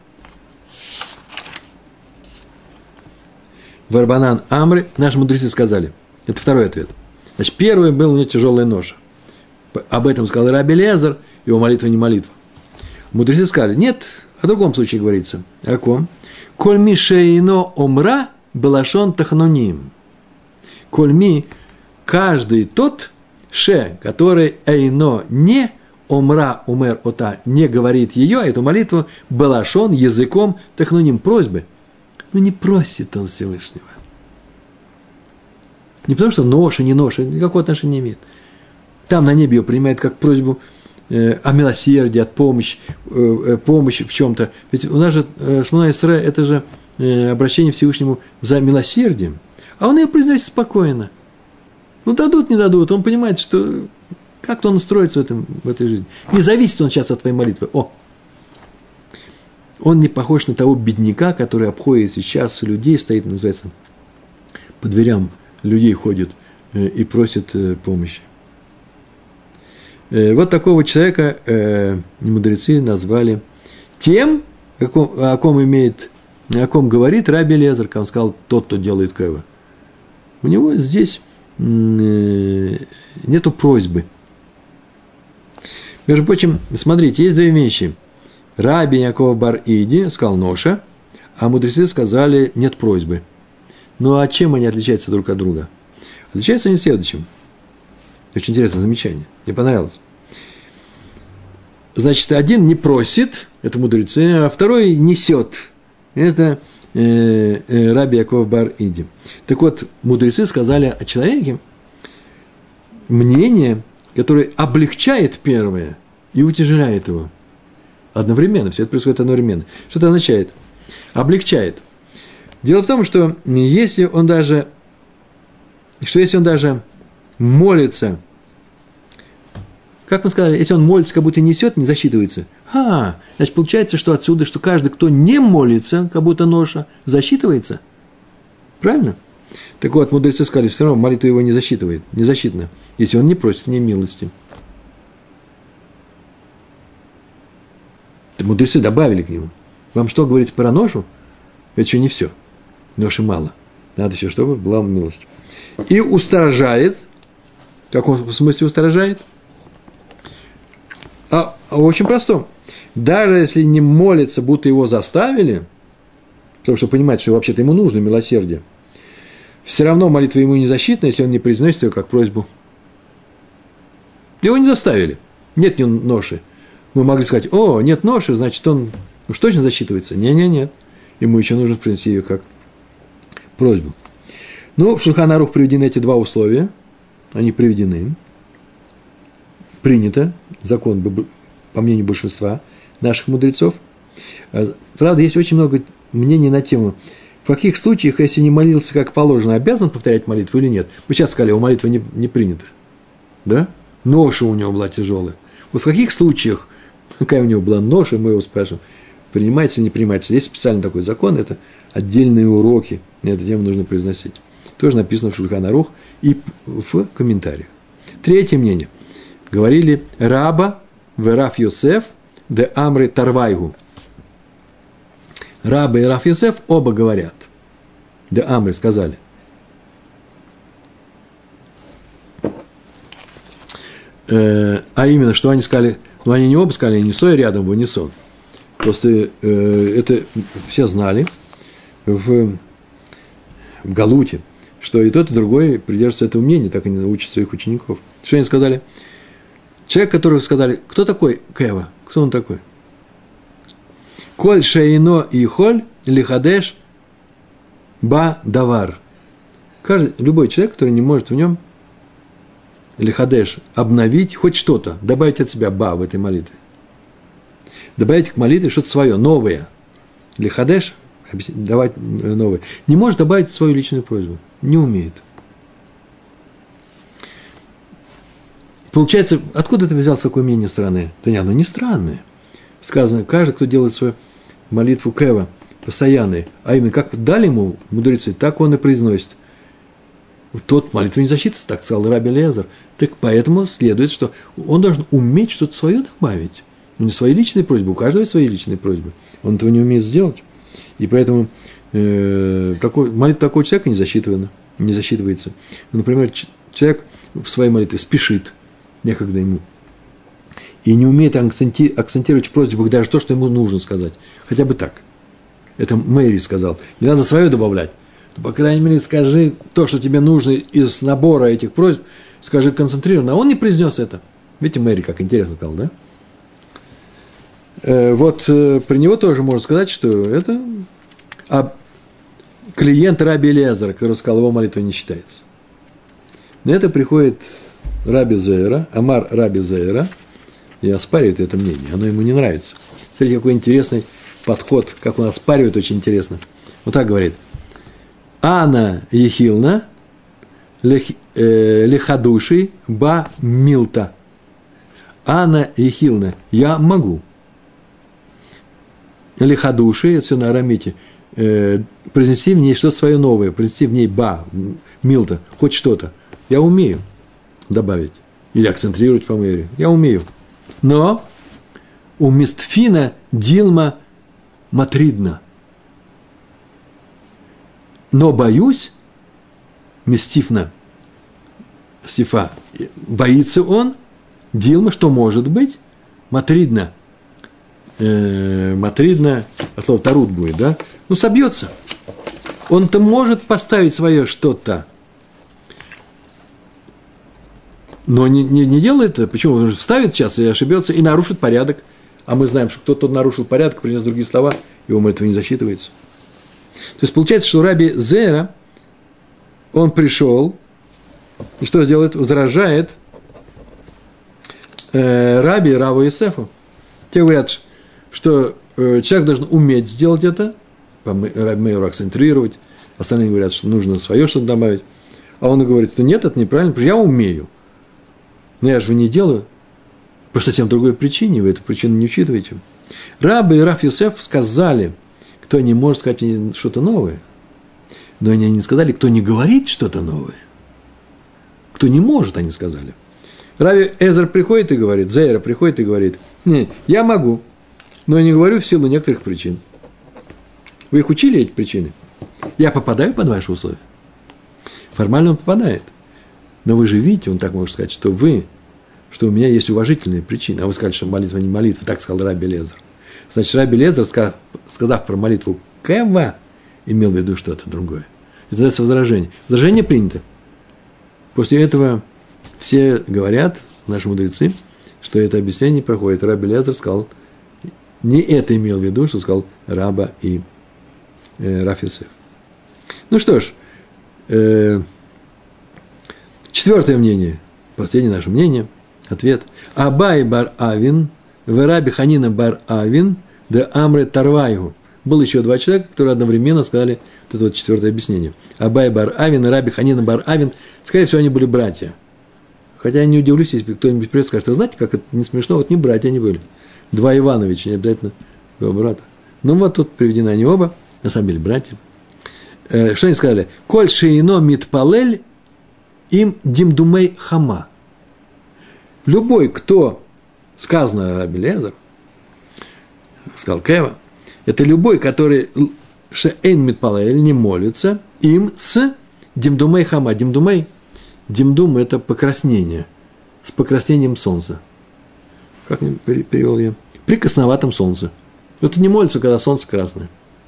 Варбанан Амры, наши мудрецы сказали. Это второй ответ. Значит, первый был у него тяжелая ноша. Об этом сказал Раби Элиэзер, его молитва не молитва. Мудрецы сказали, нет, о другом случае говорится. О ком? Коль ми шейно омра балашон тахнуним. Коль ми, каждый тот, ше, который эйно не омра умер ота, не говорит ее, эту молитву, балашон, языком тахнуним, просьбы. Но не просит он Всевышнего. Не потому, что ноша, не ноша, никакого отношения не имеет. там на небе ее принимает как просьбу о милосердии, от помощи в чем-то. Ведь у нас же Шмона Исре – это же обращение Всевышнему за милосердием, а он ее произносит спокойно. Ну, дадут, не дадут, он понимает, что как-то он устроится в этой жизни. Не зависит он сейчас от твоей молитвы. Он не похож на того бедняка, который обходит сейчас людей, стоит, называется, по дверям людей ходит и просит помощи. Вот такого человека мудрецы назвали тем, о ком говорит Раби Элиэзер, как он сказал, тот, кто делает кэва. У него здесь нету просьбы. Между прочим, смотрите, есть две вещи. Раби Яков бар Иди сказал ноша, а мудрецы сказали нет просьбы. Ну а чем они отличаются друг от друга? Отличаются они следующим. Очень интересное замечание. Мне понравилось. Значит, один не просит, это мудрецы, а второй несет. Это Раби Яков бар Иди. Так вот, мудрецы сказали о человеке мнение, которое облегчает первое и утяжеляет его. Одновременно, все это происходит одновременно. Что это означает? Облегчает. Дело в том, что если он даже молится, как мы сказали, если он молится, как будто несет, не засчитывается. Значит, получается, что отсюда, что каждый, кто не молится, как будто ноша, засчитывается. Правильно? Так вот, мудрецы сказали, все равно молитва его не засчитывает, не защитна, если он не просит с ней милости. Мудрецы добавили к нему. Вам что говорить про ношу? Это еще не все. Ноши мало. Надо еще, чтобы была милость. И устражает. В каком смысле устражает? Очень простом. Даже если не молится, будто его заставили, потому что понимает, что вообще-то ему нужно милосердие, все равно молитва ему не защитна, если он не произносит ее как просьбу. Его не заставили. Нет ноши. Мы могли сказать, нет ноши, значит, он уж точно засчитывается. Нет. Ему еще нужно принести ее как просьбу. В Шульхан Арух приведены эти два условия. Они приведены. Принято. Закон, по мнению большинства наших мудрецов. Правда, есть очень много мнений на тему, в каких случаях, если не молился как положено, обязан повторять молитву или нет. Вы сейчас сказали, у молитвы не принято. Да? Ноша у него была тяжелая. Вот в каких случаях, какая у него была ноша, мы его спрашиваем, принимается или не принимается. Есть специальный такой закон, это отдельные уроки, на эту тему нужно произносить. Тоже написано в Шульхан Арух и в комментариях. Третье мнение. Говорили Раба Верав Йосеф де Амры Тарвайгу. Раба и Раф Йосеф оба говорят. Де Амры сказали. А именно, что они сказали, они не оба сказали, не стоя рядом в унисон. Просто это все знали в Галуте, что и тот, и другой придерживаются этого мнения, так они научат своих учеников. Что они сказали? Человек, которого сказали, кто такой Кева? Кто он такой? Коль шейно и холь лихадеш ба давар. Любой человек, который не может в нем лихадеш обновить хоть что-то, добавить от себя ба в этой молитве. Добавить к молитве что-то свое, новое. Лихадеш, давать новое. Не может добавить свою личную просьбу. Не умеет. Получается, откуда ты взял такое мнение стороны? Да нет, оно не странное. Сказано, каждый, кто делает свою молитву Кева, постоянной, а именно, как дали ему мудрецы, так он и произносит. Тот молитва не засчитывается, так сказал Раби Элиэзер. Так поэтому следует, что он должен уметь что-то свое добавить. Не свои личные просьбы, у каждого есть свои личные просьбы. Он этого не умеет сделать. И поэтому молитва такого человека не засчитывается. Например, человек в своей молитве спешит, некогда ему, и не умеет акцентировать в просьбах даже то, что ему нужно сказать. Хотя бы так. Это Мэри сказал. Не надо свое добавлять. Но, по крайней мере, скажи то, что тебе нужно из набора этих просьб, скажи концентрированно. А он не произнес это. Видите, Мэри, как интересно сказал, да? Вот при него тоже можно сказать, что это клиент Раби Элиэзера, который сказал, его молитва не считается. Но это приходит Раби Зеира, Амар Раби Зеира, и оспаривает это мнение, оно ему не нравится. Смотрите, какой интересный подход, как он оспаривает, очень интересно. Вот так говорит. Ана Ехилна Лехадуши Ба Милта. Ана Ехилна, я могу. Лехадуши, это все на арамите, произнести в ней что-то свое новое, произнести в ней Ба, Милта, хоть что-то. Я умею добавить. Или акцентрировать по мере. Я умею. Но у Мистфина Дилма Матридна. Но боюсь, Мистифна, Стифа, боится он, Дилма, что может быть, Матридна. Матридна, а слово Тарут будет, да? Ну, собьется. Он-то может поставить свое что-то. Но не делает это. Почему? Он же вставит сейчас и ошибется, и нарушит порядок. А мы знаем, что кто-то нарушил порядок, принес другие слова, и ему этого не засчитывается. То есть, получается, что Раби Зеира, он пришел, и что сделает? Возражает Раби Раву Йосефу. Те говорят, что человек должен уметь сделать это, Раби Меиру акцентрировать, остальные говорят, что нужно свое что-то добавить. А он говорит, что нет, это неправильно, потому что я умею. Но я же не делаю. По совсем другой причине, вы эту причину не учитываете. Раби и Рав Йосеф сказали, кто не может сказать что-то новое. Но они не сказали, кто не говорит что-то новое. Кто не может, они сказали. Раби Эзер приходит и говорит, Зеира приходит и говорит, я могу, но я не говорю в силу некоторых причин. Вы их учили, эти причины? Я попадаю под ваши условия? Формально он попадает. Но вы же видите, он так может сказать, что у меня есть уважительные причины. А вы сказали, что молитва не молитва, так сказал Раби Элиэзер. Значит, Раби Элиэзер, сказав про молитву Кева, имел в виду что-то другое. Это называется возражение. Возражение принято. После этого все говорят, наши мудрецы, что это объяснение проходит. Раби Элиэзер сказал, не это имел в виду, что сказал Раба и Рав Йосеф. Ну что ж, четвертое мнение, последнее наше мнение, ответ. Абай бар Авин, Раби Ханина бар Авин, да Амре Тарвайгу. Было еще два человека, которые одновременно сказали вот это вот четвертое объяснение. Абай бар Авин и Раби Ханина бар Авин, скорее всего, они были братья. Хотя я не удивлюсь, если кто-нибудь придет и скажет, вы знаете, как это не смешно, вот не братья они были. Два Ивановича, не обязательно два брата. Ну вот тут приведены они оба, на самом деле братья. Что они сказали? Коль шеино митпалель им димдумей хама. Любой, кто, сказано Раби Элиэзер, сказал Кева, это любой, который шеэн митпалель, не молится, им с димдумей хама. Димдумей, димдум – это покраснение, с покраснением солнца. Как перевел я? При красноватом солнце. Вот и не молится, когда солнце красное.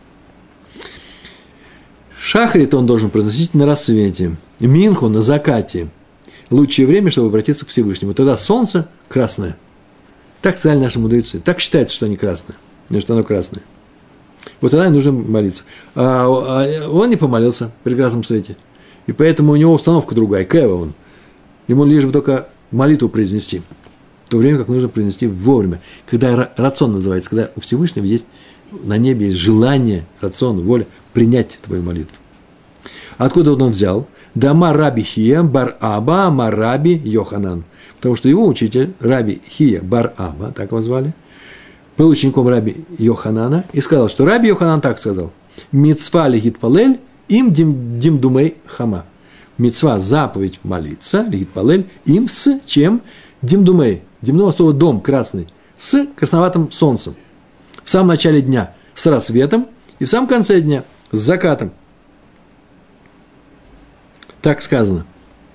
Шахрит он должен произносить на рассвете, минху на закате. Лучшее время, чтобы обратиться к Всевышнему. Тогда солнце красное. Так сказали наши мудрецы. Так считается, что они красные, что оно красное. Вот тогда им нужно молиться. А он не помолился при красном свете. И поэтому у него установка другая. Кева он. Ему лишь бы только молитву произнести. В то время, как нужно произнести вовремя. Когда рацион называется, когда у Всевышнего есть на небе есть желание, рацион, воля принять твою молитву. Откуда он взял? Дама Раби Хия бар Аба ама Раби Йоханан. Потому что его учитель, Раби Хия бар Аба, так его звали, был учеником Раби Йоханана и сказал, что Раби Йоханан так сказал. Мицва лихит палель им димдумей хама. Мицва, заповедь молиться, лихит палель, им с чем? Димдумей. Димдум, слово дом, красный, с красноватым солнцем. В самом начале дня с рассветом и в самом конце дня с закатом. Так сказано.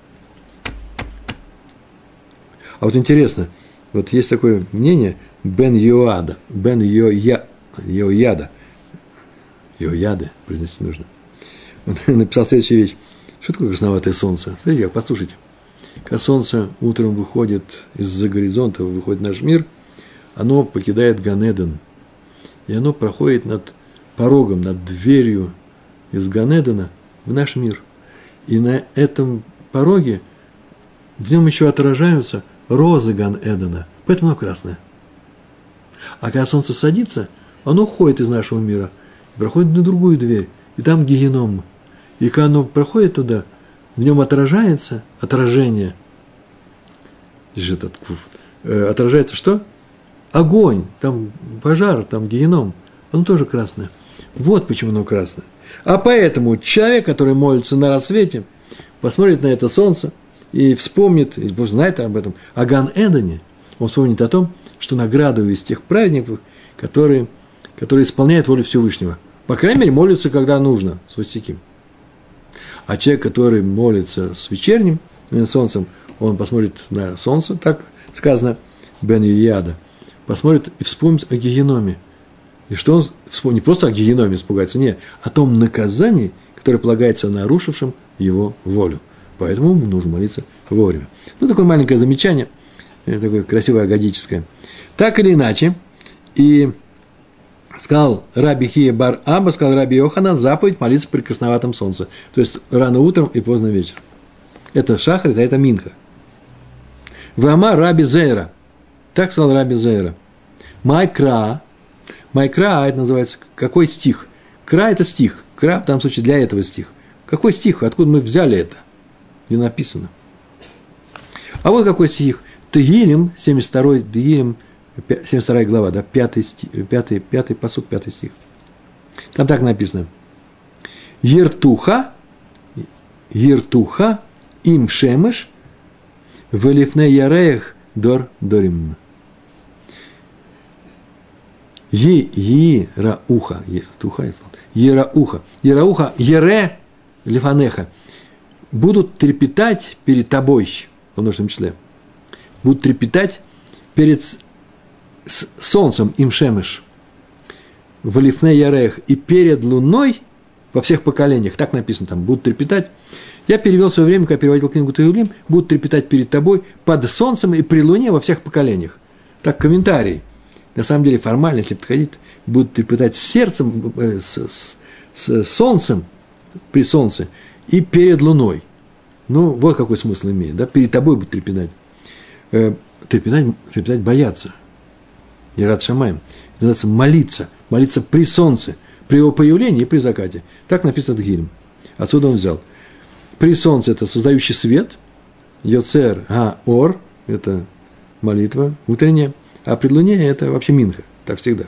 А вот интересно, вот есть такое мнение Бен Йоада, Йояда, произносить нужно. Он написал следующую вещь. Что такое красноватое солнце? Смотрите, послушайте. Когда солнце утром выходит из-за горизонта, выходит в наш мир, оно покидает Ганеден. И оно проходит над порогом, над дверью из Ганедена в наш мир. И на этом пороге в нем еще отражаются розы Ган-Эдена, поэтому оно красное. А когда солнце садится, оно уходит из нашего мира, проходит на другую дверь, и там геном. И когда оно проходит туда, в нем отражается отражение. Отражается что? Огонь, там пожар, там геном. Оно тоже красное. Вот почему оно красное. А поэтому человек, который молится на рассвете, посмотрит на это солнце и вспомнит, или знает об этом, о Ган-Эдене, он вспомнит о том, что награду из тех праведников, которые исполняют волю Всевышнего. По крайней мере, молятся, когда нужно, с высоким. А человек, который молится с вечерним солнцем, он посмотрит на солнце, так сказано, Бен Юяда, посмотрит и вспомнит о геноме. И что он вспомнит, не просто о геноме испугается, нет, о том наказании, которое полагается нарушившим его волю. Поэтому нужно молиться вовремя. Ну, такое маленькое замечание, такое красивое, агадическое. Так или иначе, и сказал Раби Хия бар Аба, сказал Раби Йоханан, заповедь молиться при красноватом солнце. То есть рано утром и поздно вечером. Это шахрит, а это минха. Вама Раби Зейра. Так сказал Раби Зейра. Майкра, это называется, какой стих? Кра – это стих. Кра, в данном случае, для этого стих. Какой стих? Откуда мы взяли это? Не написано. А вот какой стих. Тегилим, 72 глава, да, 5 пасук, 5 стих. Там так написано. Ертуха им шемеш велифне яреях дор дорим. Ерауха, ере лифанеха, будут трепетать перед тобой, в множественном числе, будут трепетать перед солнцем им шемеш, в лифне яреях, и перед луной во всех поколениях, так написано там, будут трепетать. Я перевел в свое время, когда переводил книгу Теилим, будут трепетать перед тобой под солнцем и при луне во всех поколениях. Так, комментарий. На самом деле, формально, если подходить, будут трепетать с сердцем, с солнцем, при солнце, и перед луной. Ну, вот какой смысл имеет, да? Перед тобой будут трепетать. Трепетать бояться. Ират Шамаем. Это называется молиться при солнце, при его появлении и при закате. Так написано в Тегилим. Отсюда он взял. При солнце – это создающий свет, Йоцер Га-Ор – это молитва утренняя, а при луне – это вообще минха, так всегда.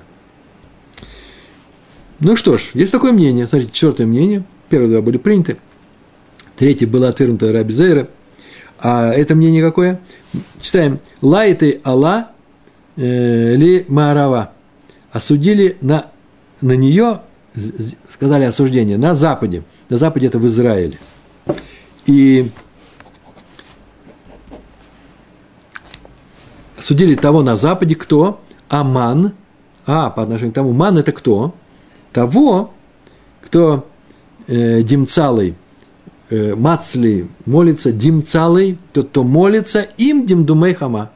Ну что ж, есть такое мнение, смотрите, 4 мнение, первые 2 были приняты, 3 было отвергнуто Раби Зейра, а это мнение какое? Читаем. Лайты Алла ли Маарава. Осудили на нее, сказали осуждение, на западе. На западе это в Израиле. И осудили того на западе, кто? Аман. По отношению к тому, Ман это кто? Того, кто Димцалой, Мацли молится, Димцалой, тот, кто молится, им Димдумей Хама.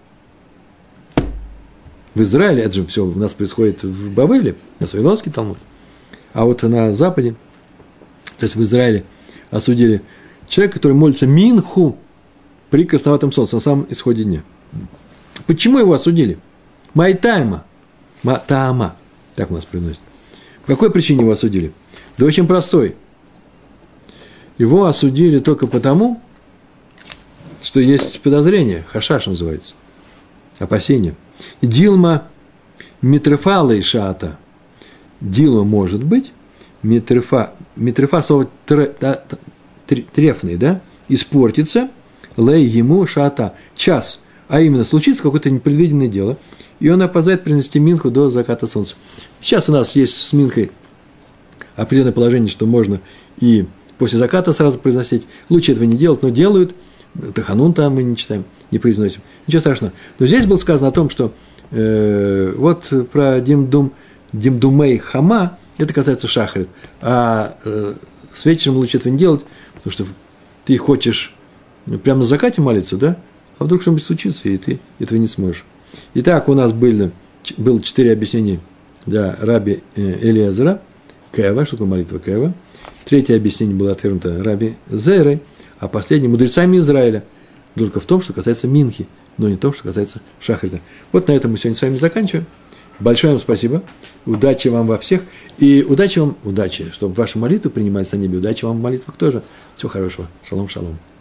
В Израиле, это же все у нас происходит в Бавеле, на Вавилонский Талмуд. А вот на Западе, то есть в Израиле, осудили человека, который молится Минху при красноватом солнце, на самом исходе дня. Почему его осудили? Майтайма, Матаама, так у нас произносит. По какой причине его осудили? Да очень простой. Его осудили только потому, что есть подозрение, хашаш называется, опасение. Дилма митрефала и шаата. Дилма может быть, митрефа слово трефный, да, испортится, лей ему шаата, час, а именно случится какое-то непредвиденное дело, и он опоздает принести минху до заката солнца. Сейчас у нас есть с минхой определенное положение, что можно и после заката сразу произносить. Лучше этого не делать, но делают. Таханун там мы не читаем, не произносим. Ничего страшного. Но здесь было сказано о том, что вот про Димдумей Хама, это касается шахрит. А с вечером лучше этого не делать, потому что ты хочешь прямо на закате молиться, да? А вдруг что-нибудь случится, и ты этого не сможешь. Итак, у нас было 4 объяснения для Раби Элиазера, Кева, что такое молитва Кева. 3 объяснение было отвергнуто Раби Зейрой, а последнее мудрецами Израиля. только в том, что касается минхи, но не в том, что касается шахрита. Вот на этом мы сегодня с вами заканчиваем. Большое вам спасибо. Удачи вам во всех. И удачи, чтобы ваши молитвы принимались на небе. Удачи вам в молитвах тоже. Всего хорошего. Шалом, шалом.